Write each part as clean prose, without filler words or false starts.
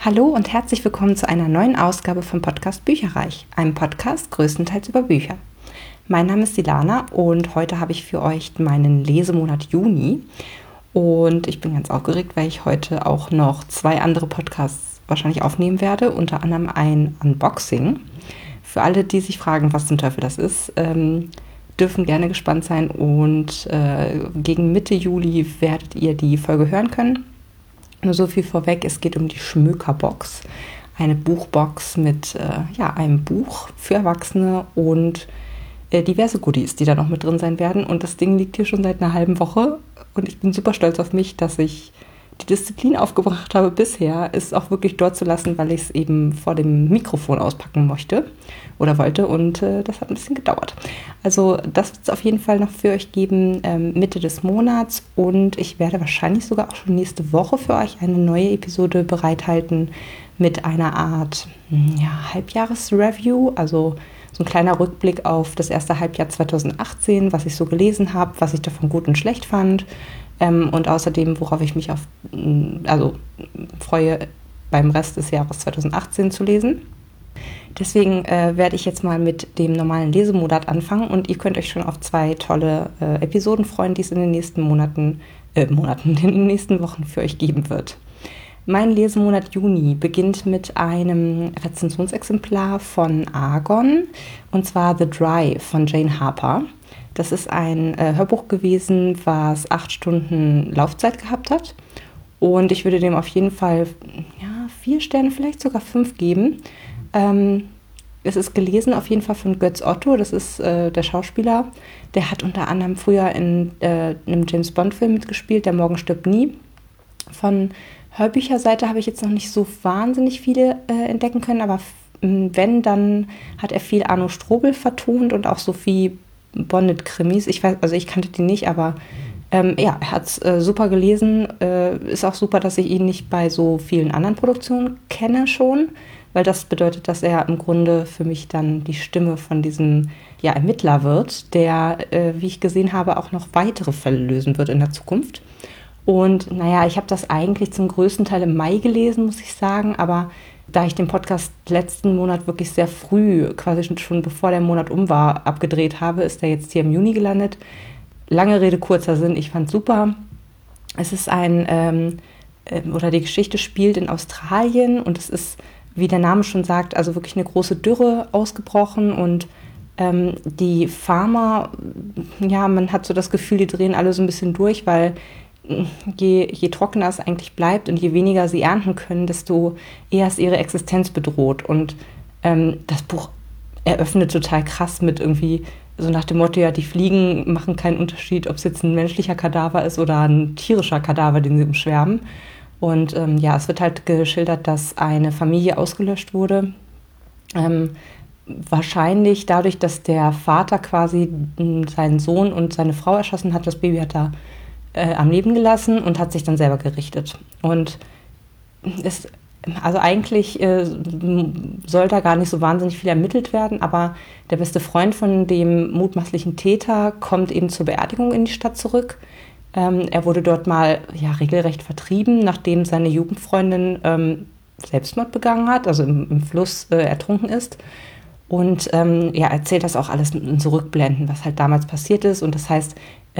Hallo und herzlich willkommen zu einer neuen Ausgabe vom Podcast Bücherreich, einem Podcast größtenteils über Bücher. Mein Name ist Silana und heute habe ich für euch meinen Lesemonat Juni und ich bin ganz aufgeregt, weil ich heute auch noch 2 andere Podcasts wahrscheinlich aufnehmen werde, unter anderem ein Unboxing. Für alle, die sich fragen, was zum Teufel das ist, dürfen gerne gespannt sein und gegen Mitte Juli werdet ihr die Folge hören können. Nur so viel vorweg, es geht um die Schmökerbox, eine Buchbox mit einem Buch für Erwachsene und diverse Goodies, die da noch mit drin sein werden. Und das Ding liegt hier schon seit einer halben Woche und ich bin super stolz auf mich, dass ich die Disziplin aufgebracht habe bisher, es auch wirklich dort zu lassen, weil ich es eben vor dem Mikrofon auspacken wollte und das hat ein bisschen gedauert. Also das wird es auf jeden Fall noch für euch geben, Mitte des Monats, und ich werde wahrscheinlich sogar auch schon nächste Woche für euch eine neue Episode bereithalten mit einer Art Halbjahresreview, also so ein kleiner Rückblick auf das erste Halbjahr 2018, was ich so gelesen habe, was ich davon gut und schlecht fand. Und außerdem, worauf ich mich freue, beim Rest des Jahres 2018 zu lesen. Deswegen werde ich jetzt mal mit dem normalen Lesemonat anfangen und ihr könnt euch schon auf 2 tolle Episoden freuen, die es in den nächsten in den nächsten Wochen für euch geben wird. Mein Lesemonat Juni beginnt mit einem Rezensionsexemplar von Argon, und zwar The Dry von Jane Harper. Das ist ein Hörbuch gewesen, was 8 Stunden Laufzeit gehabt hat. Und ich würde dem auf jeden Fall 4 Sterne, vielleicht sogar 5 geben. Es ist gelesen auf jeden Fall von Götz Otto, das ist der Schauspieler. Der hat unter anderem früher in einem James-Bond-Film mitgespielt, Der Morgen stirbt nie. Von Hörbücherseite habe ich jetzt noch nicht so wahnsinnig viele entdecken können, aber wenn, dann hat er viel Arno Strobel vertont und auch Sophie Bonnet-Krimis. Ich kannte die nicht, aber er hat es super gelesen. Ist auch super, dass ich ihn nicht bei so vielen anderen Produktionen kenne schon, weil das bedeutet, dass er im Grunde für mich dann die Stimme von diesem Ermittler wird, der, wie ich gesehen habe, auch noch weitere Fälle lösen wird in der Zukunft. Und ich habe das eigentlich zum größten Teil im Mai gelesen, muss ich sagen, aber da ich den Podcast letzten Monat wirklich sehr früh, quasi schon bevor der Monat um war, abgedreht habe, ist er jetzt hier im Juni gelandet. Lange Rede, kurzer Sinn, ich fand super. Es ist die Geschichte spielt in Australien und es ist, wie der Name schon sagt, also wirklich eine große Dürre ausgebrochen und die Farmer, man hat so das Gefühl, die drehen alle so ein bisschen durch, weil je trockener es eigentlich bleibt und je weniger sie ernten können, desto eher ist ihre Existenz bedroht. Und das Buch eröffnet total krass mit irgendwie so nach dem Motto, die Fliegen machen keinen Unterschied, ob es jetzt ein menschlicher Kadaver ist oder ein tierischer Kadaver, den sie umschwärmen. Und es wird halt geschildert, dass eine Familie ausgelöscht wurde. Wahrscheinlich dadurch, dass der Vater quasi seinen Sohn und seine Frau erschossen hat. Das Baby hat da am Leben gelassen und hat sich dann selber gerichtet. Und eigentlich soll da gar nicht so wahnsinnig viel ermittelt werden, aber der beste Freund von dem mutmaßlichen Täter kommt eben zur Beerdigung in die Stadt zurück. Er wurde dort mal regelrecht vertrieben, nachdem seine Jugendfreundin Selbstmord begangen hat, also im Fluss ertrunken ist. Und erzählt das auch alles in so Rückblenden, was halt damals passiert ist. Und das heißt,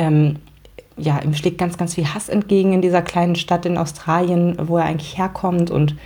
ihm schlägt ganz, ganz viel Hass entgegen in dieser kleinen Stadt in Australien, wo er eigentlich herkommt. Und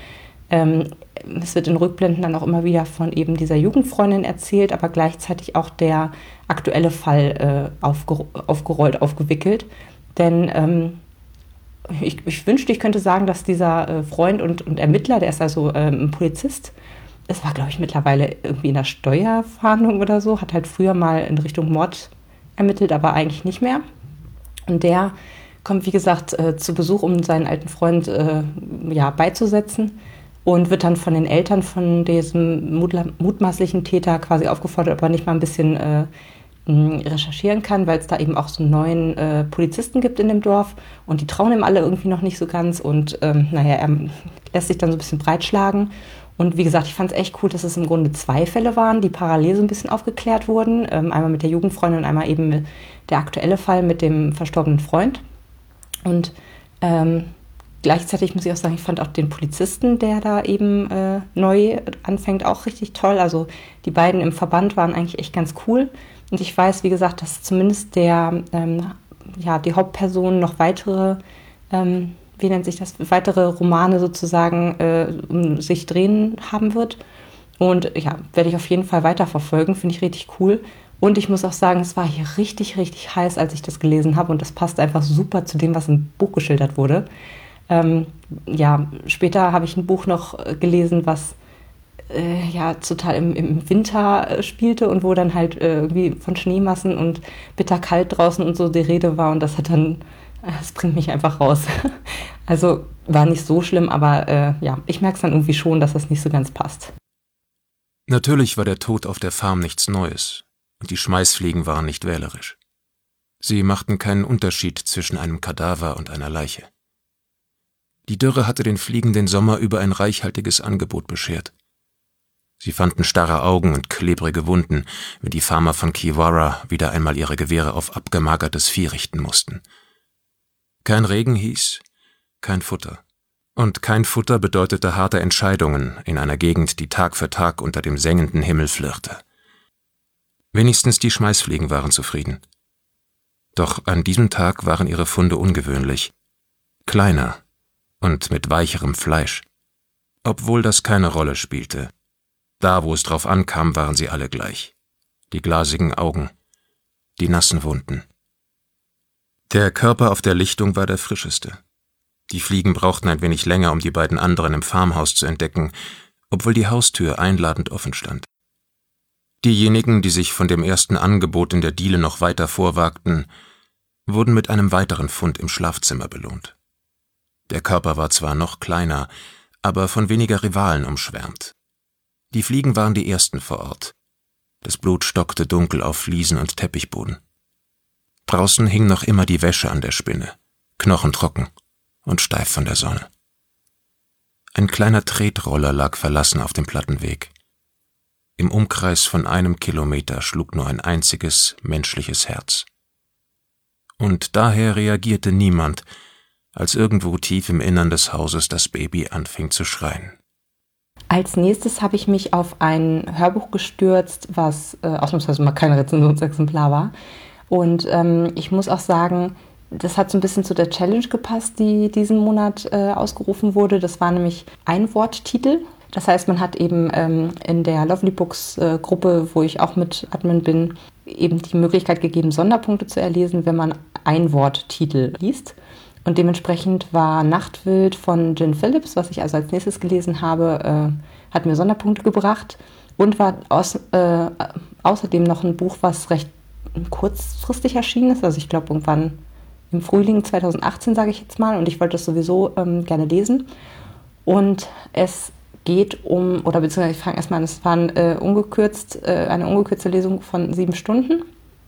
es wird in Rückblenden dann auch immer wieder von eben dieser Jugendfreundin erzählt, aber gleichzeitig auch der aktuelle Fall aufgewickelt. Denn ich wünschte, ich könnte sagen, dass dieser Freund und Ermittler, der ist also ein Polizist, es war, glaube ich, mittlerweile irgendwie in der Steuerfahndung oder so, hat halt früher mal in Richtung Mord ermittelt, aber eigentlich nicht mehr. Und der kommt, wie gesagt, zu Besuch, um seinen alten Freund beizusetzen und wird dann von den Eltern von diesem mutmaßlichen Täter quasi aufgefordert, ob er nicht mal ein bisschen recherchieren kann, weil es da eben auch so einen neuen Polizisten gibt in dem Dorf und die trauen ihm alle irgendwie noch nicht so ganz und er lässt sich dann so ein bisschen breitschlagen. Und wie gesagt, ich fand es echt cool, dass es im Grunde 2 Fälle waren, die parallel so ein bisschen aufgeklärt wurden. Einmal mit der Jugendfreundin und einmal eben der aktuelle Fall mit dem verstorbenen Freund. Und Gleichzeitig muss ich auch sagen, ich fand auch den Polizisten, der da eben neu anfängt, auch richtig toll. Also die beiden im Verband waren eigentlich echt ganz cool. Und ich weiß, wie gesagt, dass zumindest die Hauptperson noch weitere, wie nennt sich das, weitere Romane sozusagen um sich drehen haben wird. Und ja, werde ich auf jeden Fall weiterverfolgen, finde ich richtig cool. Und ich muss auch sagen, es war hier richtig, richtig heiß, als ich das gelesen habe. Und das passt einfach super zu dem, was im Buch geschildert wurde. Später habe ich ein Buch noch gelesen, was total im Winter spielte und wo dann halt irgendwie von Schneemassen und bitterkalt draußen und so die Rede war. Und das bringt mich einfach raus. Also war nicht so schlimm, aber ich merke es dann irgendwie schon, dass das nicht so ganz passt. Natürlich war der Tod auf der Farm nichts Neues, und die Schmeißfliegen waren nicht wählerisch. Sie machten keinen Unterschied zwischen einem Kadaver und einer Leiche. Die Dürre hatte den Fliegen den Sommer über ein reichhaltiges Angebot beschert. Sie fanden starre Augen und klebrige Wunden, wenn die Farmer von Kiwara wieder einmal ihre Gewehre auf abgemagertes Vieh richten mussten. Kein Regen hieß, kein Futter. Und kein Futter bedeutete harte Entscheidungen in einer Gegend, die Tag für Tag unter dem sengenden Himmel flirrte. Wenigstens die Schmeißfliegen waren zufrieden. Doch an diesem Tag waren ihre Funde ungewöhnlich, kleiner und mit weicherem Fleisch. Obwohl das keine Rolle spielte. Da, wo es drauf ankam, waren sie alle gleich. Die glasigen Augen, die nassen Wunden. Der Körper auf der Lichtung war der frischeste. Die Fliegen brauchten ein wenig länger, um die beiden anderen im Farmhaus zu entdecken, obwohl die Haustür einladend offen stand. Diejenigen, die sich von dem ersten Angebot in der Diele noch weiter vorwagten, wurden mit einem weiteren Fund im Schlafzimmer belohnt. Der Körper war zwar noch kleiner, aber von weniger Rivalen umschwärmt. Die Fliegen waren die ersten vor Ort. Das Blut stockte dunkel auf Fliesen und Teppichboden. Draußen hing noch immer die Wäsche an der Spinne, knochentrocken und steif von der Sonne. Ein kleiner Tretroller lag verlassen auf dem Plattenweg. Im Umkreis von 1 Kilometer schlug nur ein einziges menschliches Herz. Und daher reagierte niemand, als irgendwo tief im Innern des Hauses das Baby anfing zu schreien. Als nächstes habe ich mich auf ein Hörbuch gestürzt, was ausnahmsweise mal kein Rezensionsexemplar war. Und ich muss auch sagen, das hat so ein bisschen zu der Challenge gepasst, die diesen Monat ausgerufen wurde. Das war nämlich Einworttitel. Das heißt, man hat eben in der Lovely Books Gruppe, wo ich auch mit Admin bin, eben die Möglichkeit gegeben, Sonderpunkte zu erlesen, wenn man Einworttitel liest. Und dementsprechend war Nachtwild von Gin Phillips, was ich also als nächstes gelesen habe, hat mir Sonderpunkte gebracht. Und war außerdem noch ein Buch, was recht kurzfristig erschienen ist. Also ich glaube irgendwann im Frühling 2018, sage ich jetzt mal. Und ich wollte das sowieso gerne lesen. Und es geht beziehungsweise ich fange erstmal an, es war eine ungekürzte Lesung von 7 Stunden.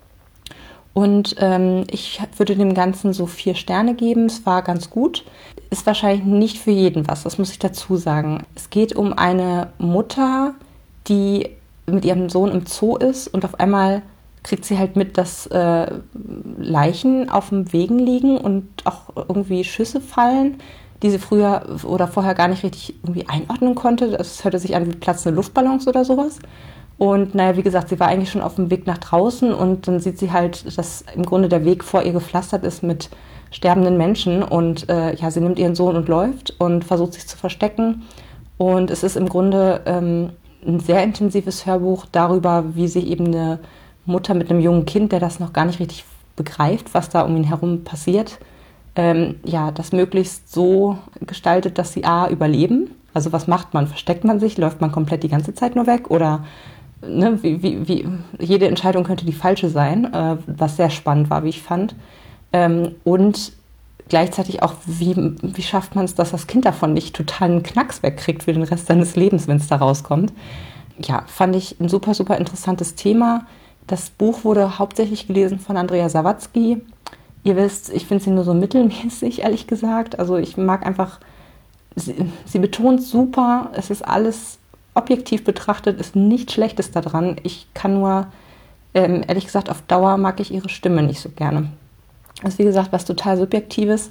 Und ich würde dem Ganzen so 4 Sterne geben. Es war ganz gut. Ist wahrscheinlich nicht für jeden was, das muss ich dazu sagen. Es geht um eine Mutter, die mit ihrem Sohn im Zoo ist und auf einmal kriegt sie halt mit, dass Leichen auf dem Wegen liegen und auch irgendwie Schüsse fallen, die sie früher oder vorher gar nicht richtig irgendwie einordnen konnte. Das hörte sich an wie platzende Luftballons oder sowas. Und naja, wie gesagt, sie war eigentlich schon auf dem Weg nach draußen und dann sieht sie halt, dass im Grunde der Weg vor ihr gepflastert ist mit sterbenden Menschen und sie nimmt ihren Sohn und läuft und versucht sich zu verstecken. Und es ist im Grunde ein sehr intensives Hörbuch darüber, wie sich eben eine Mutter mit einem jungen Kind, der das noch gar nicht richtig begreift, was da um ihn herum passiert, das möglichst so gestaltet, dass sie überleben. Also was macht man? Versteckt man sich? Läuft man komplett die ganze Zeit nur weg? Oder wie jede Entscheidung könnte die falsche sein, was sehr spannend war, wie ich fand. Und gleichzeitig auch, wie schafft man es, dass das Kind davon nicht totalen Knacks wegkriegt für den Rest seines Lebens, wenn es da rauskommt. Ja, fand ich ein super, super interessantes Thema. Das Buch wurde hauptsächlich gelesen von Andrea Sawatzki. Ihr wisst, ich finde sie nur so mittelmäßig, ehrlich gesagt. Also ich mag einfach, sie betont super, es ist alles objektiv betrachtet, ist nichts Schlechtes daran. Ich kann nur, ehrlich gesagt, auf Dauer mag ich ihre Stimme nicht so gerne. Das ist, wie gesagt, was total Subjektives.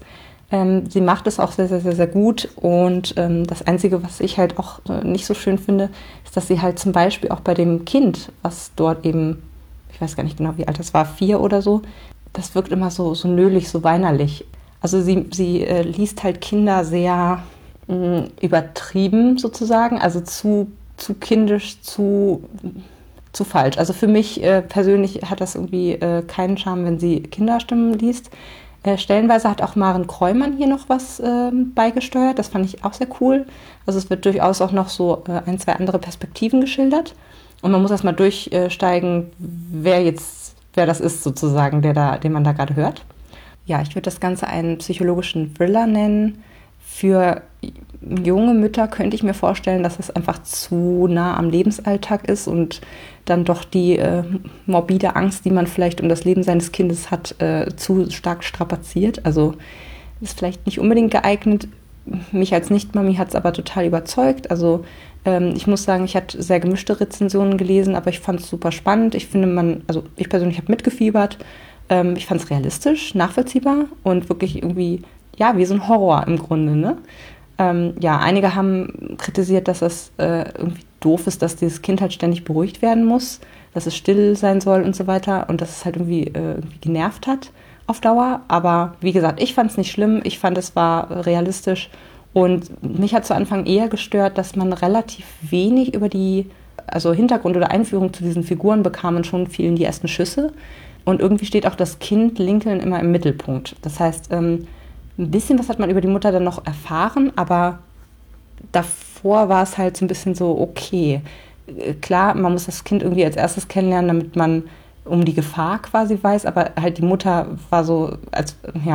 Sie macht es auch sehr, sehr, sehr, sehr gut und das Einzige, was ich halt auch nicht so schön finde, ist, dass sie halt zum Beispiel auch bei dem Kind, was dort eben, ich weiß gar nicht genau, wie alt das war, 4 oder so, das wirkt immer so nölig, so weinerlich. Also sie liest halt Kinder sehr übertrieben sozusagen, also zu kindisch, zu falsch. Also für mich persönlich hat das irgendwie keinen Charme, wenn sie Kinderstimmen liest. Stellenweise hat auch Maren Kreumann hier noch was beigesteuert. Das fand ich auch sehr cool. Also es wird durchaus auch noch so 1, 2 andere Perspektiven geschildert. Und man muss erst mal durchsteigen, wer das ist sozusagen, den man da gerade hört. Ja, ich würde das Ganze einen psychologischen Thriller nennen. Für junge Mütter könnte ich mir vorstellen, dass es einfach zu nah am Lebensalltag ist und dann doch die morbide Angst, die man vielleicht um das Leben seines Kindes hat, zu stark strapaziert. Also ist vielleicht nicht unbedingt geeignet. Mich als Nicht-Mami hat es aber total überzeugt. Also ich muss sagen, ich hatte sehr gemischte Rezensionen gelesen, aber ich fand es super spannend. Ich finde ich persönlich habe mitgefiebert. Ich fand es realistisch, nachvollziehbar und wirklich irgendwie, ja, wie so ein Horror im Grunde, ne? Einige haben kritisiert, dass es irgendwie doof ist, dass dieses Kind halt ständig beruhigt werden muss, dass es still sein soll und so weiter und dass es halt irgendwie genervt hat auf Dauer. Aber wie gesagt, ich fand es nicht schlimm, ich fand, es war realistisch und mich hat zu Anfang eher gestört, dass man relativ wenig über also Hintergrund oder Einführung zu diesen Figuren bekam und schon fielen die ersten Schüsse. Und irgendwie steht auch das Kind Lincoln immer im Mittelpunkt. Das heißt, ein bisschen was hat man über die Mutter dann noch erfahren, aber davor war es halt so ein bisschen so, okay, klar, man muss das Kind irgendwie als erstes kennenlernen, damit man um die Gefahr quasi weiß, aber halt die Mutter war so, als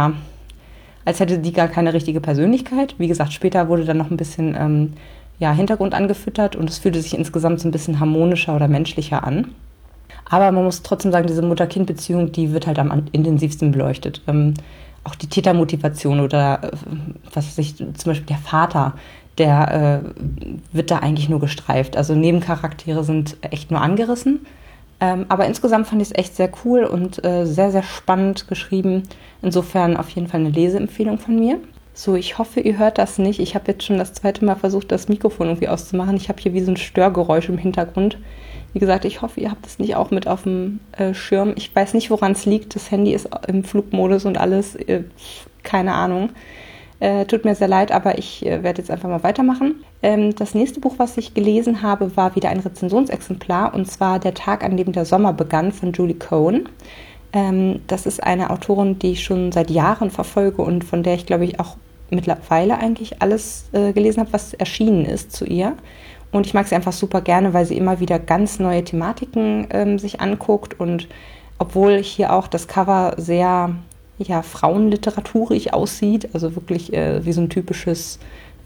hätte die gar keine richtige Persönlichkeit. Wie gesagt, später wurde dann noch ein bisschen Hintergrund angefüttert und es fühlte sich insgesamt so ein bisschen harmonischer oder menschlicher an. Aber man muss trotzdem sagen, diese Mutter-Kind-Beziehung, die wird halt am intensivsten beleuchtet. Auch die Tätermotivation oder zum Beispiel der Vater, der wird da eigentlich nur gestreift. Also Nebencharaktere sind echt nur angerissen. Aber insgesamt fand ich es echt sehr cool und sehr, sehr spannend geschrieben. Insofern auf jeden Fall eine Leseempfehlung von mir. So, ich hoffe, ihr hört das nicht. Ich habe jetzt schon das 2. Mal versucht, das Mikrofon irgendwie auszumachen. Ich habe hier wie so ein Störgeräusch im Hintergrund. Wie gesagt, ich hoffe, ihr habt es nicht auch mit auf dem Schirm. Ich weiß nicht, woran es liegt. Das Handy ist im Flugmodus und alles. Keine Ahnung. Tut mir sehr leid, aber ich werde jetzt einfach mal weitermachen. Das nächste Buch, was ich gelesen habe, war wieder ein Rezensionsexemplar. Und zwar Der Tag, an dem der Sommer begann von Julie Cohen. Das ist eine Autorin, die ich schon seit Jahren verfolge und von der ich, glaube ich, auch mittlerweile eigentlich alles gelesen habe, was erschienen ist zu ihr. Und ich mag sie einfach super gerne, weil sie immer wieder ganz neue Thematiken sich anguckt. Und obwohl hier auch das Cover sehr frauenliteraturig aussieht, also wirklich wie so ein typisches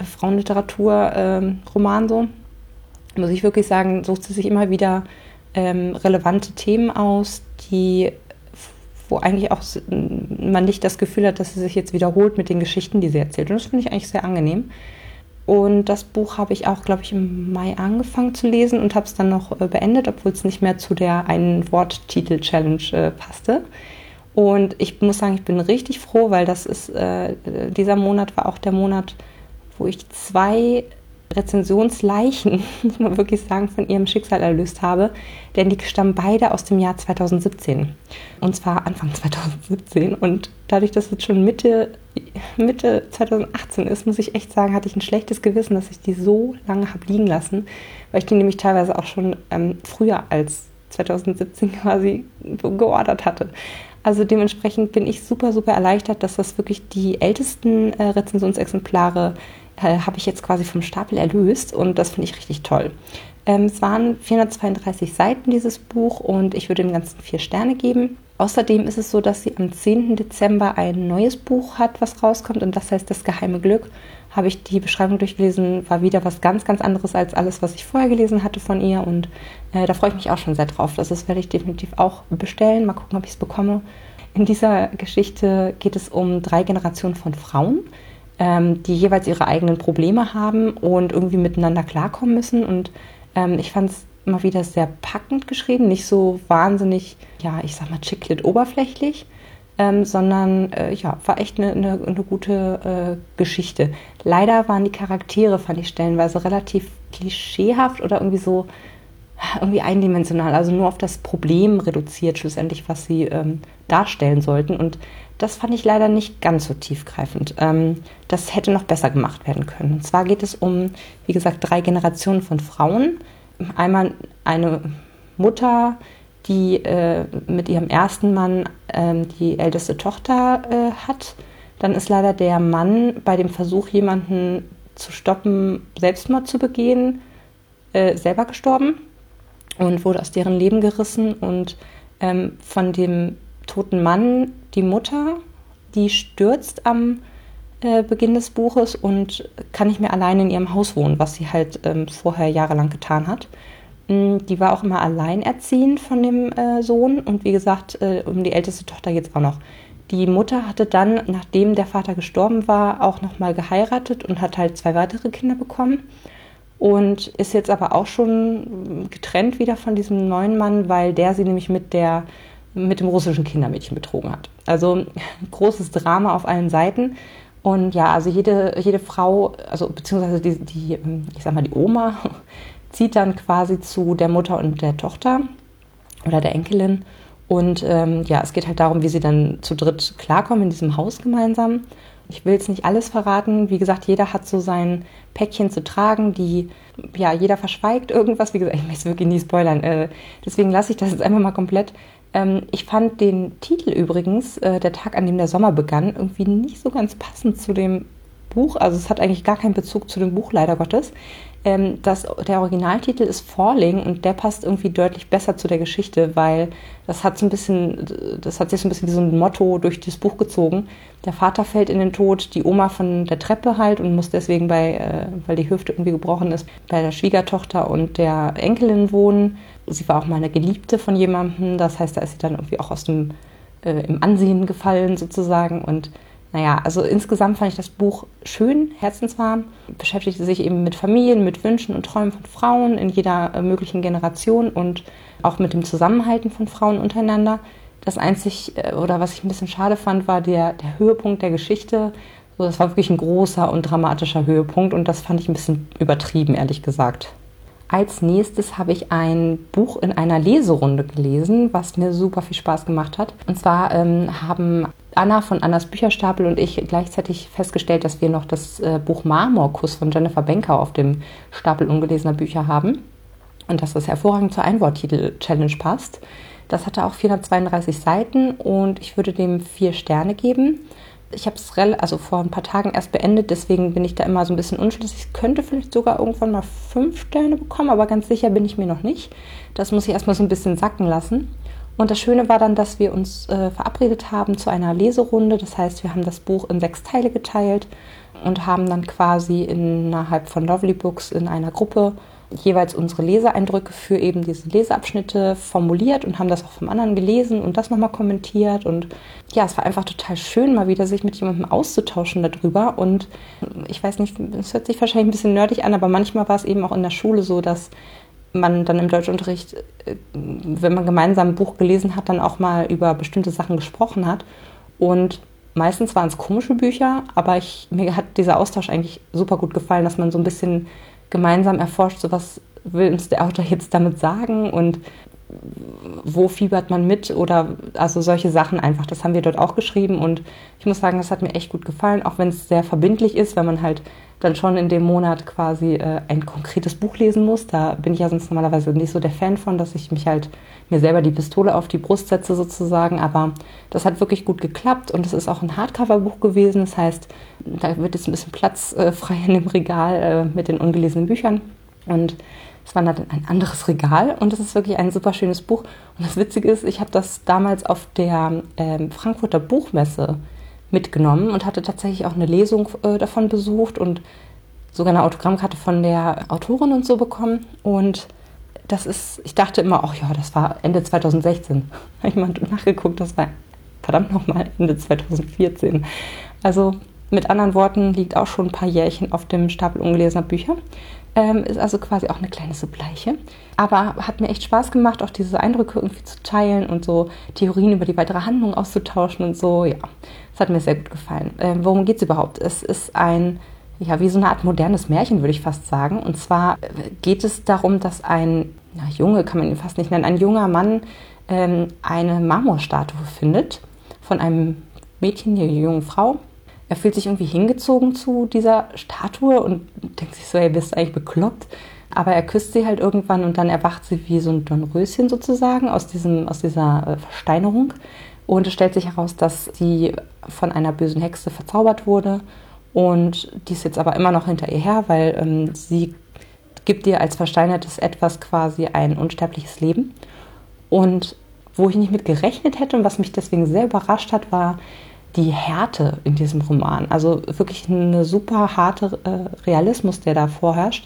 Frauenliteratur-Roman so, muss ich wirklich sagen, sucht sie sich immer wieder relevante Themen aus, wo eigentlich auch man nicht das Gefühl hat, dass sie sich jetzt wiederholt mit den Geschichten, die sie erzählt. Und das finde ich eigentlich sehr angenehm. Und das Buch habe ich auch, glaube ich, im Mai angefangen zu lesen und habe es dann noch beendet, obwohl es nicht mehr zu der einen Worttitel-Challenge passte. Und ich muss sagen, ich bin richtig froh, weil das ist, dieser Monat war auch der Monat, wo ich 2 Rezensionsleichen, muss man wirklich sagen, von ihrem Schicksal erlöst habe, denn die stammen beide aus dem Jahr 2017. Und zwar Anfang 2017. Und dadurch, dass es schon Mitte 2018 ist, muss ich echt sagen, hatte ich ein schlechtes Gewissen, dass ich die so lange habe liegen lassen, weil ich die nämlich teilweise auch schon früher als 2017 quasi geordert hatte. Also dementsprechend bin ich super, super erleichtert, dass das wirklich die ältesten Rezensionsexemplare habe ich jetzt quasi vom Stapel erlöst und das finde ich richtig toll. Es waren 432 Seiten, dieses Buch, und ich würde dem Ganzen 4 Sterne geben. Außerdem ist es so, dass sie am 10. Dezember ein neues Buch hat, was rauskommt, und das heißt Das geheime Glück. Habe ich die Beschreibung durchgelesen, war wieder was ganz, ganz anderes als alles, was ich vorher gelesen hatte von ihr, und da freue ich mich auch schon sehr drauf. Das werde ich definitiv auch bestellen. Mal gucken, ob ich es bekomme. In dieser Geschichte geht es um 3 Generationen von Frauen, die jeweils ihre eigenen Probleme haben und irgendwie miteinander klarkommen müssen. Und ich fand es immer wieder sehr packend geschrieben, nicht so wahnsinnig, ich sag mal, chicklit oberflächlich. sondern war echt eine gute Geschichte. Leider waren die Charaktere, fand ich stellenweise relativ klischeehaft oder irgendwie eindimensional, also nur auf das Problem reduziert schlussendlich, was sie darstellen sollten. Und das fand ich leider nicht ganz so tiefgreifend. Das hätte noch besser gemacht werden können. Und zwar geht es um, wie gesagt, 3 Generationen von Frauen. Einmal eine Mutter, die mit ihrem ersten Mann die älteste Tochter hat. Dann ist leider der Mann bei dem Versuch, jemanden zu stoppen, Selbstmord zu begehen, selber gestorben und wurde aus deren Leben gerissen. Und von dem toten Mann die Mutter, die stürzt am Beginn des Buches und kann nicht mehr allein in ihrem Haus wohnen, was sie halt vorher jahrelang getan hat. Die war auch immer alleinerziehend von dem Sohn und wie gesagt, um die älteste Tochter geht es auch noch. Die Mutter hatte dann, nachdem der Vater gestorben war, auch nochmal geheiratet und hat halt 2 weitere Kinder bekommen und ist jetzt aber auch schon getrennt wieder von diesem neuen Mann, weil der sie nämlich mit dem russischen Kindermädchen betrogen hat. Also großes Drama auf allen Seiten. Und ja, also jede Frau, also beziehungsweise die Oma, zieht dann quasi zu der Mutter und der Tochter oder der Enkelin. Und es geht halt darum, wie sie dann zu dritt klarkommen in diesem Haus gemeinsam. Ich will jetzt nicht alles verraten. Wie gesagt, jeder hat so sein Päckchen zu tragen, jeder verschweigt irgendwas. Wie gesagt, ich möchte es wirklich nie spoilern. Deswegen lasse ich das jetzt einfach mal komplett. Ich fand den Titel übrigens, Der Tag, an dem der Sommer begann, irgendwie nicht so ganz passend zu dem Buch. Also es hat eigentlich gar keinen Bezug zu dem Buch, leider Gottes. Der Originaltitel ist Falling und der passt irgendwie deutlich besser zu der Geschichte, weil das hat sich so ein bisschen wie so ein Motto durch das Buch gezogen. Der Vater fällt in den Tod, die Oma von der Treppe halt und muss deswegen weil die Hüfte irgendwie gebrochen ist, bei der Schwiegertochter und der Enkelin wohnen. Sie war auch mal eine Geliebte von jemandem, das heißt, da ist sie dann irgendwie auch im Ansehen gefallen sozusagen. Und naja, also insgesamt fand ich das Buch schön, herzenswarm, beschäftigte sich eben mit Familien, mit Wünschen und Träumen von Frauen in jeder möglichen Generation und auch mit dem Zusammenhalten von Frauen untereinander. Das einzig, oder was ich ein bisschen schade fand, war der Höhepunkt der Geschichte. So, das war wirklich ein großer und dramatischer Höhepunkt und das fand ich ein bisschen übertrieben, ehrlich gesagt. Als nächstes habe ich ein Buch in einer Leserunde gelesen, was mir super viel Spaß gemacht hat. Und zwar haben Anna von Annas Bücherstapel und ich gleichzeitig festgestellt, dass wir noch das Buch Marmorkuss von Jennifer Benker auf dem Stapel ungelesener Bücher haben. Und dass das hervorragend zur Einworttitel-Challenge passt. Das hatte auch 432 Seiten und ich würde dem 4 Sterne geben. Ich habe es vor ein paar Tagen erst beendet, deswegen bin ich da immer so ein bisschen unschlüssig. Ich könnte vielleicht sogar irgendwann mal 5 Sterne bekommen, aber ganz sicher bin ich mir noch nicht. Das muss ich erstmal so ein bisschen sacken lassen. Und das Schöne war dann, dass wir uns verabredet haben zu einer Leserunde. Das heißt, wir haben das Buch in 6 Teile geteilt und haben dann quasi innerhalb von Lovely Books in einer Gruppe jeweils unsere Leseeindrücke für eben diese Leseabschnitte formuliert und haben das auch vom anderen gelesen und das nochmal kommentiert. Und ja, es war einfach total schön, mal wieder sich mit jemandem auszutauschen darüber. Und ich weiß nicht, es hört sich wahrscheinlich ein bisschen nerdig an, aber manchmal war es eben auch in der Schule so, dass man dann im Deutschunterricht, wenn man gemeinsam ein Buch gelesen hat, dann auch mal über bestimmte Sachen gesprochen hat. Und meistens waren es komische Bücher, aber mir hat dieser Austausch eigentlich super gut gefallen, dass man so ein bisschen gemeinsam erforscht, so was will uns der Autor jetzt damit sagen und wo fiebert man mit oder also solche Sachen einfach. Das haben wir dort auch geschrieben und ich muss sagen, das hat mir echt gut gefallen, auch wenn es sehr verbindlich ist, wenn man halt dann schon in dem Monat quasi ein konkretes Buch lesen muss. Da bin ich ja sonst normalerweise nicht so der Fan von, dass ich mir selber die Pistole auf die Brust setze sozusagen, aber das hat wirklich gut geklappt und es ist auch ein Hardcover-Buch gewesen. Das heißt, da wird jetzt ein bisschen Platz frei in dem Regal mit den ungelesenen Büchern und es war dann ein anderes Regal und es ist wirklich ein super schönes Buch. Und das Witzige ist, ich habe das damals auf der Frankfurter Buchmesse mitgenommen und hatte tatsächlich auch eine Lesung davon besucht und sogar eine Autogrammkarte von der Autorin und so bekommen. Und ich dachte immer, ach ja, das war Ende 2016. Habe ich mal nachgeguckt, das war verdammt nochmal Ende 2014. Also mit anderen Worten liegt auch schon ein paar Jährchen auf dem Stapel ungelesener Bücher. Ist also quasi auch eine kleine Subleiche. Aber hat mir echt Spaß gemacht, auch diese Eindrücke irgendwie zu teilen und so Theorien über die weitere Handlung auszutauschen und so. Ja, das hat mir sehr gut gefallen. Worum geht es überhaupt? Es ist wie so eine Art modernes Märchen, würde ich fast sagen. Und zwar geht es darum, dass ein Junge, kann man ihn fast nicht nennen, ein junger Mann eine Marmorstatue findet von einem Mädchen, einer jungen Frau. Er fühlt sich irgendwie hingezogen zu dieser Statue und denkt sich so, ey, bist du eigentlich bekloppt? Aber er küsst sie halt irgendwann und dann erwacht sie wie so ein Dornröschen sozusagen aus dieser Versteinerung. Und es stellt sich heraus, dass sie von einer bösen Hexe verzaubert wurde. Und die ist jetzt aber immer noch hinter ihr her, weil sie gibt ihr als versteinertes Etwas quasi ein unsterbliches Leben. Und wo ich nicht mit gerechnet hätte und was mich deswegen sehr überrascht hat, war die Härte in diesem Roman. Also wirklich eine super harte Realismus, der da vorherrscht.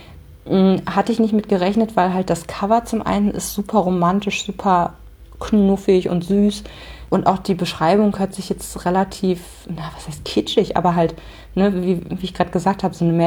Hatte ich nicht mit gerechnet, weil halt das Cover zum einen ist super romantisch, super knuffig und süß. Und auch die Beschreibung hört sich jetzt relativ, was heißt kitschig, aber halt, wie ich gerade gesagt habe, so eine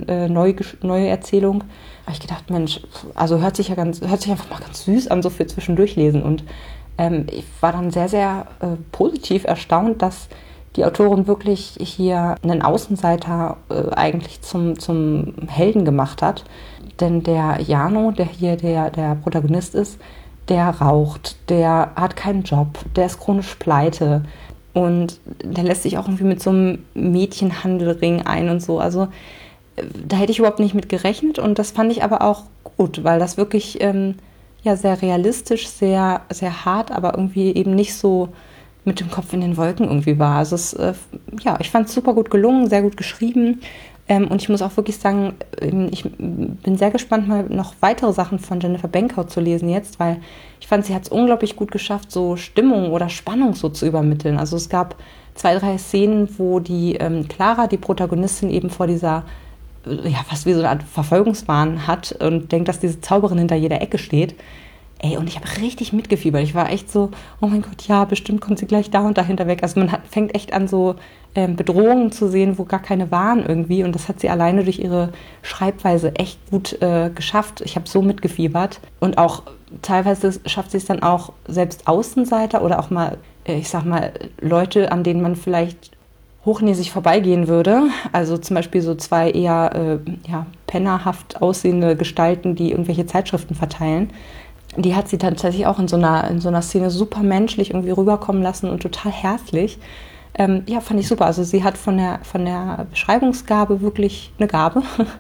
neue Erzählung. Aber ich gedacht, Mensch, also hört sich einfach mal ganz süß an, so für zwischendurch lesen. Und ich war dann sehr, sehr positiv erstaunt, dass die Autorin wirklich hier einen Außenseiter eigentlich zum Helden gemacht hat. Denn der Jano, der hier der Protagonist ist, der raucht, der hat keinen Job, der ist chronisch pleite und der lässt sich auch irgendwie mit so einem Mädchenhandelring ein und so. Also da hätte ich überhaupt nicht mit gerechnet und das fand ich aber auch gut, weil das wirklich sehr realistisch, sehr, sehr hart, aber irgendwie eben nicht so mit dem Kopf in den Wolken irgendwie war. Also ich fand es super gut gelungen, sehr gut geschrieben. Und ich muss auch wirklich sagen, ich bin sehr gespannt, mal noch weitere Sachen von Jennifer Benkow zu lesen jetzt, weil ich fand, sie hat es unglaublich gut geschafft, so Stimmung oder Spannung so zu übermitteln. Also es gab 2, 3 Szenen, wo die Clara, die Protagonistin, eben vor dieser, fast wie so eine Art Verfolgungswahn hat und denkt, dass diese Zauberin hinter jeder Ecke steht. Ey, und ich habe richtig mitgefiebert. Ich war echt so, oh mein Gott, ja, bestimmt kommt sie gleich da und dahinter weg. Also man fängt echt an, so Bedrohungen zu sehen, wo gar keine waren irgendwie. Und das hat sie alleine durch ihre Schreibweise echt gut geschafft. Ich habe so mitgefiebert. Und auch teilweise schafft sie es dann auch, selbst Außenseiter oder auch mal, Leute, an denen man vielleicht hochnäsig vorbeigehen würde. Also zum Beispiel so 2 eher pennerhaft aussehende Gestalten, die irgendwelche Zeitschriften verteilen. Die hat sie tatsächlich auch in so einer Szene super menschlich irgendwie rüberkommen lassen und total herzlich. Fand ich super. Also sie hat von der Beschreibungsgabe wirklich eine Gabe.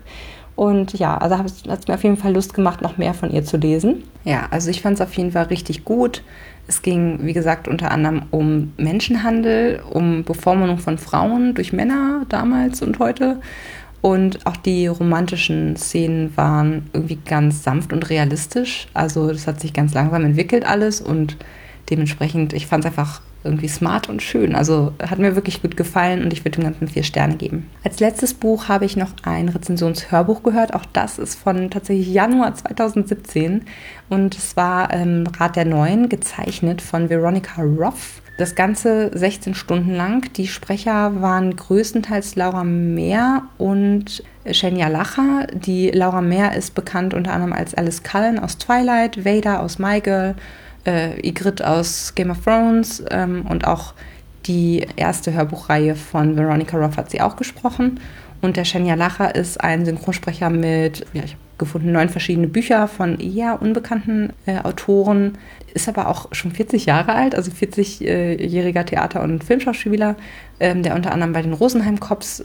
Und ja, also hat es mir auf jeden Fall Lust gemacht, noch mehr von ihr zu lesen. Ja, also ich fand es auf jeden Fall richtig gut. Es ging, wie gesagt, unter anderem um Menschenhandel, um Bevormundung von Frauen durch Männer damals und heute. Und auch die romantischen Szenen waren irgendwie ganz sanft und realistisch. Also das hat sich ganz langsam entwickelt alles und dementsprechend, ich fand es einfach irgendwie smart und schön. Also hat mir wirklich gut gefallen und ich würde dem Ganzen 4 Sterne geben. Als letztes Buch habe ich noch ein Rezensionshörbuch gehört. Auch das ist von tatsächlich Januar 2017 und es war Rat der Neuen, gezeichnet von Veronica Roth. Das Ganze 16 Stunden lang. Die Sprecher waren größtenteils Laura Mehr und Shenya Lacher. Die Laura Mehr ist bekannt unter anderem als Alice Cullen aus Twilight, Vader aus My Girl, Ygritte aus Game of Thrones und auch die erste Hörbuchreihe von Veronica Roth hat sie auch gesprochen. Und der Shenya Lacher ist ein Synchronsprecher mit, ich habe gefunden, 9 verschiedene Bücher von eher unbekannten Autoren. Ist aber auch schon 40 Jahre alt, also 40-jähriger Theater- und Filmschauspieler, der unter anderem bei den Rosenheim Cops,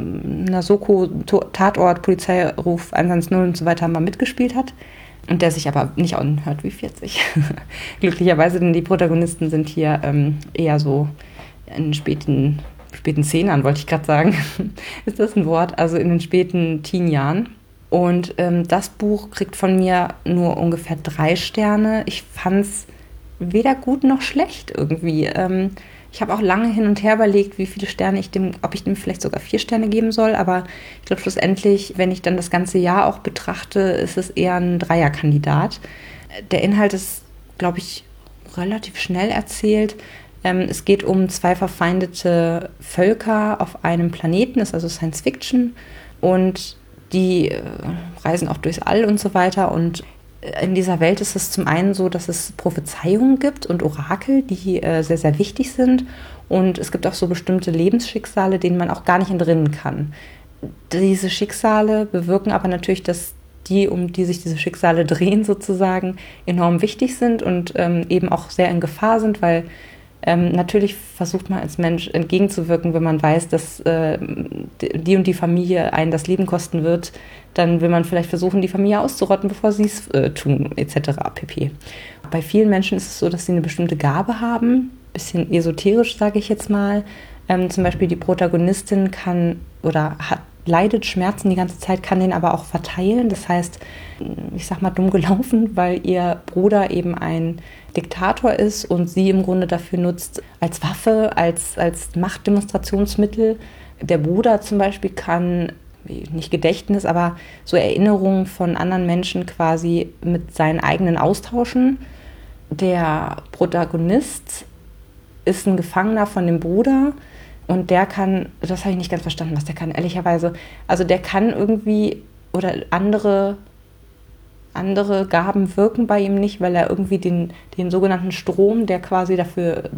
Nasoko, Tatort, Polizeiruf 110 und so weiter mal mitgespielt hat. Und der sich aber nicht anhört wie 40. Glücklicherweise, denn die Protagonisten sind hier eher so in den späten Zehnern, wollte ich gerade sagen. Ist das ein Wort? Also in den späten Teenjahren. Und das Buch kriegt von mir nur ungefähr 3 Sterne. Ich fand es weder gut noch schlecht irgendwie. Ich habe auch lange hin und her überlegt, wie viele Sterne ob ich dem vielleicht sogar 4 Sterne geben soll. Aber ich glaube schlussendlich, wenn ich dann das ganze Jahr auch betrachte, ist es eher ein Dreierkandidat. Der Inhalt ist, glaube ich, relativ schnell erzählt. Es geht um 2 verfeindete Völker auf einem Planeten, ist also Science Fiction. Und die reisen auch durchs All und so weiter. Und in dieser Welt ist es zum einen so, dass es Prophezeiungen gibt und Orakel, die sehr, sehr wichtig sind. Und es gibt auch so bestimmte Lebensschicksale, denen man auch gar nicht entrinnen kann. Diese Schicksale bewirken aber natürlich, dass die, um die sich diese Schicksale drehen sozusagen, enorm wichtig sind und eben auch sehr in Gefahr sind, weil natürlich versucht man als Mensch entgegenzuwirken, wenn man weiß, dass die und die Familie einen das Leben kosten wird, dann will man vielleicht versuchen, die Familie auszurotten, bevor sie es tun, etc. pp. Bei vielen Menschen ist es so, dass sie eine bestimmte Gabe haben, bisschen esoterisch, sage ich jetzt mal. Zum Beispiel die Protagonistin leidet Schmerzen die ganze Zeit, kann den aber auch verteilen. Das heißt, ich sag mal dumm gelaufen, weil ihr Bruder eben ein Diktator ist und sie im Grunde dafür nutzt als Waffe, als Machtdemonstrationsmittel. Der Bruder zum Beispiel kann, nicht Gedächtnis, aber so Erinnerungen von anderen Menschen quasi mit seinen eigenen austauschen. Der Protagonist ist ein Gefangener von dem Bruder. Und der kann, das habe ich nicht ganz verstanden, was der kann, ehrlicherweise. Also der kann irgendwie, oder andere Gaben wirken bei ihm nicht, weil er irgendwie den sogenannten Strom, der quasi dafür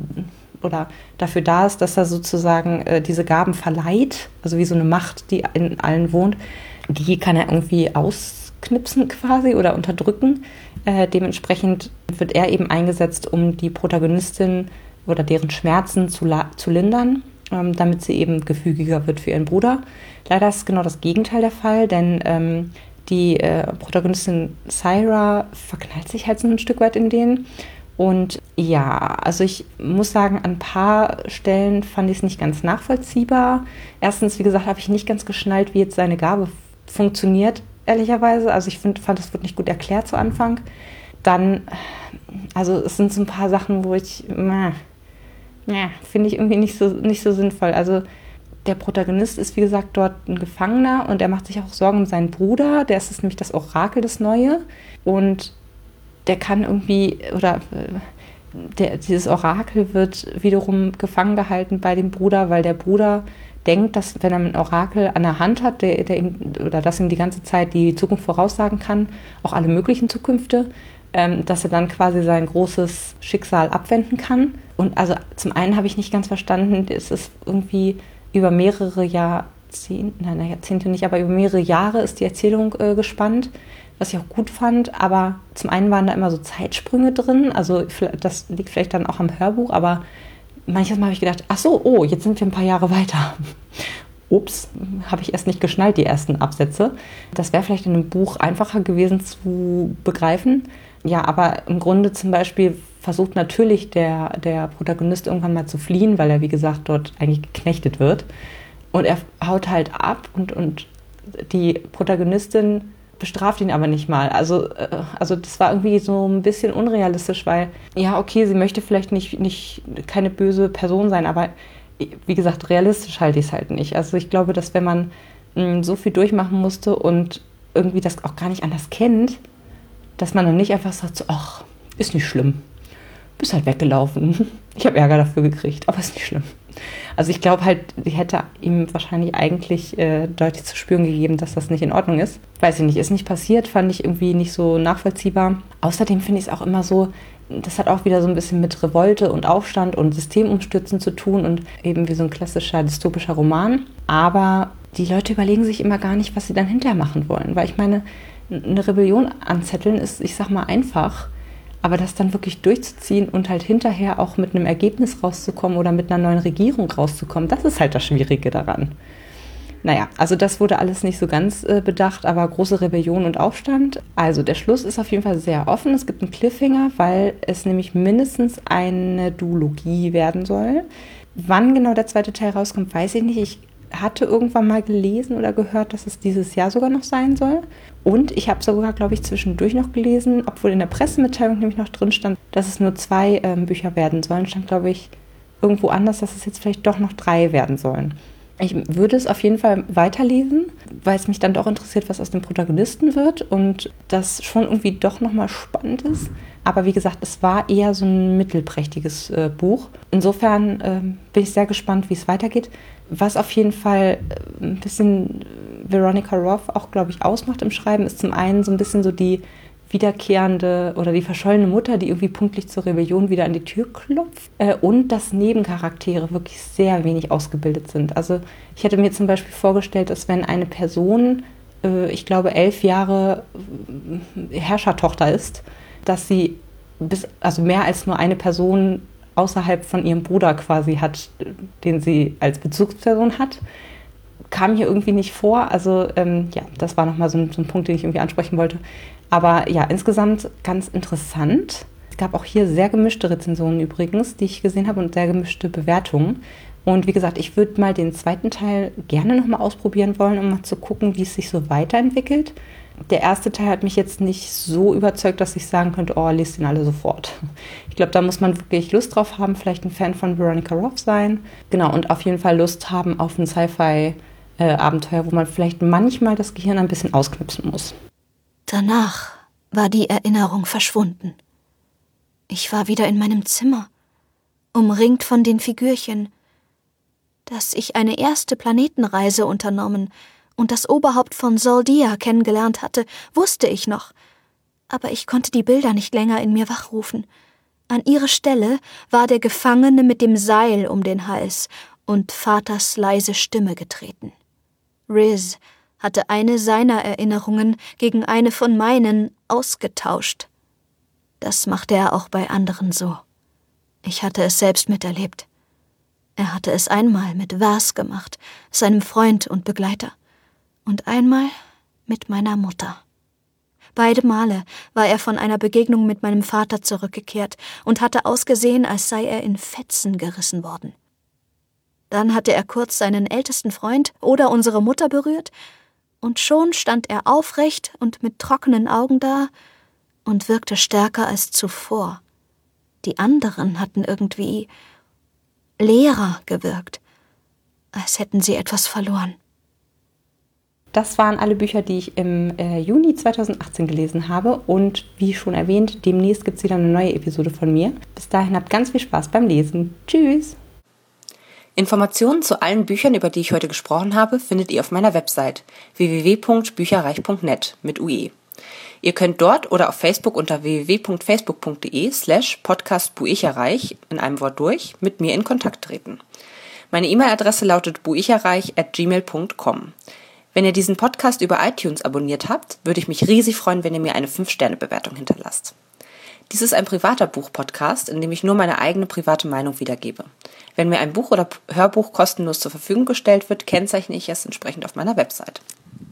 da ist, dass er sozusagen diese Gaben verleiht, also wie so eine Macht, die in allen wohnt, die kann er irgendwie ausknipsen quasi oder unterdrücken. Dementsprechend wird er eben eingesetzt, um die Protagonistin oder deren Schmerzen zu lindern, damit sie eben gefügiger wird für ihren Bruder. Leider ist genau das Gegenteil der Fall, denn die Protagonistin Syra verknallt sich halt so ein Stück weit in den. Und ja, also ich muss sagen, an ein paar Stellen fand ich es nicht ganz nachvollziehbar. Erstens, wie gesagt, habe ich nicht ganz geschnallt, wie jetzt seine Gabe funktioniert, ehrlicherweise. Also ich fand, das wird nicht gut erklärt zu Anfang. Dann, also es sind so ein paar Sachen, wo ich, finde ich irgendwie nicht so sinnvoll. Also der Protagonist ist, wie gesagt, dort ein Gefangener und er macht sich auch Sorgen um seinen Bruder. Der ist nämlich das Orakel, das Neue. Und der kann irgendwie, dieses Orakel wird wiederum gefangen gehalten bei dem Bruder, weil der Bruder denkt, dass wenn er ein Orakel an der Hand hat, das ihm die ganze Zeit die Zukunft voraussagen kann, auch alle möglichen Zukünfte, dass er dann quasi sein großes Schicksal abwenden kann. Und also zum einen habe ich nicht ganz verstanden, es ist irgendwie über mehrere Jahrzehnte nicht, aber über mehrere Jahre ist die Erzählung gespannt, was ich auch gut fand. Aber zum einen waren da immer so Zeitsprünge drin, also das liegt vielleicht dann auch am Hörbuch, aber manches Mal habe ich gedacht, jetzt sind wir ein paar Jahre weiter. Ups, habe ich erst nicht geschnallt, die ersten Absätze. Das wäre vielleicht in einem Buch einfacher gewesen zu begreifen. Ja, aber im Grunde zum Beispiel versucht natürlich der Protagonist irgendwann mal zu fliehen, weil er, wie gesagt, dort eigentlich geknechtet wird. Und er haut halt ab und die Protagonistin bestraft ihn aber nicht mal. Also das war irgendwie so ein bisschen unrealistisch, weil, ja, okay, sie möchte vielleicht keine böse Person sein, aber wie gesagt, realistisch halte ich es halt nicht. Also ich glaube, dass wenn man so viel durchmachen musste und irgendwie das auch gar nicht anders kennt, dass man dann nicht einfach sagt, so, ach, ist nicht schlimm. Bist halt weggelaufen. Ich habe Ärger dafür gekriegt, aber ist nicht schlimm. Also ich glaube halt, die hätte ihm wahrscheinlich eigentlich deutlich zu spüren gegeben, dass das nicht in Ordnung ist. Weiß ich nicht, ist nicht passiert, fand ich irgendwie nicht so nachvollziehbar. Außerdem finde ich es auch immer so, das hat auch wieder so ein bisschen mit Revolte und Aufstand und Systemumstürzen zu tun und eben wie so ein klassischer dystopischer Roman. Aber die Leute überlegen sich immer gar nicht, was sie dann hinterher machen wollen. Weil ich meine, eine Rebellion anzetteln ist, ich sag mal, einfach. Aber das dann wirklich durchzuziehen und halt hinterher auch mit einem Ergebnis rauszukommen oder mit einer neuen Regierung rauszukommen, das ist halt das Schwierige daran. Naja, also das wurde alles nicht so ganz bedacht, aber große Rebellion und Aufstand. Also der Schluss ist auf jeden Fall sehr offen. Es gibt einen Cliffhanger, weil es nämlich mindestens eine Duologie werden soll. Wann genau der zweite Teil rauskommt, weiß ich nicht. Ich hatte irgendwann mal gelesen oder gehört, dass es dieses Jahr sogar noch sein soll. Und ich habe sogar, glaube ich, zwischendurch noch gelesen, obwohl in der Pressemitteilung nämlich noch drin stand, dass es nur 2 Bücher werden sollen. Stand, glaube ich, irgendwo anders, dass es jetzt vielleicht doch noch 3 werden sollen. Ich würde es auf jeden Fall weiterlesen, weil es mich dann doch interessiert, was aus dem Protagonisten wird und das schon irgendwie doch nochmal spannend ist. Aber wie gesagt, es war eher so ein mittelprächtiges Buch. Insofern bin ich sehr gespannt, wie es weitergeht. Was auf jeden Fall ein bisschen Veronica Roth auch, glaube ich, ausmacht im Schreiben, ist zum einen so ein bisschen so die wiederkehrende oder die verschollene Mutter, die irgendwie pünktlich zur Rebellion wieder an die Tür klopft und dass Nebencharaktere wirklich sehr wenig ausgebildet sind. Also ich hätte mir zum Beispiel vorgestellt, dass wenn eine Person, ich glaube 11 Jahre Herrschertochter ist, dass sie also mehr als nur eine Person außerhalb von ihrem Bruder quasi hat, den sie als Bezugsperson hat. Kam hier irgendwie nicht vor. Also das war nochmal so ein Punkt, den ich irgendwie ansprechen wollte. Aber ja, insgesamt ganz interessant. Es gab auch hier sehr gemischte Rezensionen übrigens, die ich gesehen habe und sehr gemischte Bewertungen. Und wie gesagt, ich würde mal den zweiten Teil gerne nochmal ausprobieren wollen, um mal zu gucken, wie es sich so weiterentwickelt. Der erste Teil hat mich jetzt nicht so überzeugt, dass ich sagen könnte, oh, lest den alle sofort. Ich glaube, da muss man wirklich Lust drauf haben, vielleicht ein Fan von Veronica Roth sein. Genau, und auf jeden Fall Lust haben auf ein Sci-Fi-Abenteuer, wo man vielleicht manchmal das Gehirn ein bisschen ausknipsen muss. Danach war die Erinnerung verschwunden. Ich war wieder in meinem Zimmer, umringt von den Figürchen. Dass ich eine erste Planetenreise unternommen und das Oberhaupt von Soldia kennengelernt hatte, wusste ich noch. Aber ich konnte die Bilder nicht länger in mir wachrufen. An ihre Stelle war der Gefangene mit dem Seil um den Hals und Vaters leise Stimme getreten. Riz hatte eine seiner Erinnerungen gegen eine von meinen ausgetauscht. Das machte er auch bei anderen so. Ich hatte es selbst miterlebt. Er hatte es einmal mit Vas gemacht, seinem Freund und Begleiter, und einmal mit meiner Mutter. Beide Male war er von einer Begegnung mit meinem Vater zurückgekehrt und hatte ausgesehen, als sei er in Fetzen gerissen worden. Dann hatte er kurz seinen ältesten Freund oder unsere Mutter berührt, und schon stand er aufrecht und mit trockenen Augen da und wirkte stärker als zuvor. Die anderen hatten irgendwie leerer gewirkt, als hätten sie etwas verloren. Das waren alle Bücher, die ich im Juni 2018 gelesen habe. Und wie schon erwähnt, demnächst gibt es wieder eine neue Episode von mir. Bis dahin habt ganz viel Spaß beim Lesen. Tschüss! Informationen zu allen Büchern, über die ich heute gesprochen habe, findet ihr auf meiner Website www.bücherreich.net mit UE. Ihr könnt dort oder auf Facebook unter www.facebook.de/podcastbuicherreich in einem Wort durch mit mir in Kontakt treten. Meine E-Mail-Adresse lautet buicherreich@gmail.com. Wenn ihr diesen Podcast über iTunes abonniert habt, würde ich mich riesig freuen, wenn ihr mir eine 5-Sterne-Bewertung hinterlasst. Dies ist ein privater Buch-Podcast, in dem ich nur meine eigene private Meinung wiedergebe. Wenn mir ein Buch oder Hörbuch kostenlos zur Verfügung gestellt wird, kennzeichne ich es entsprechend auf meiner Website.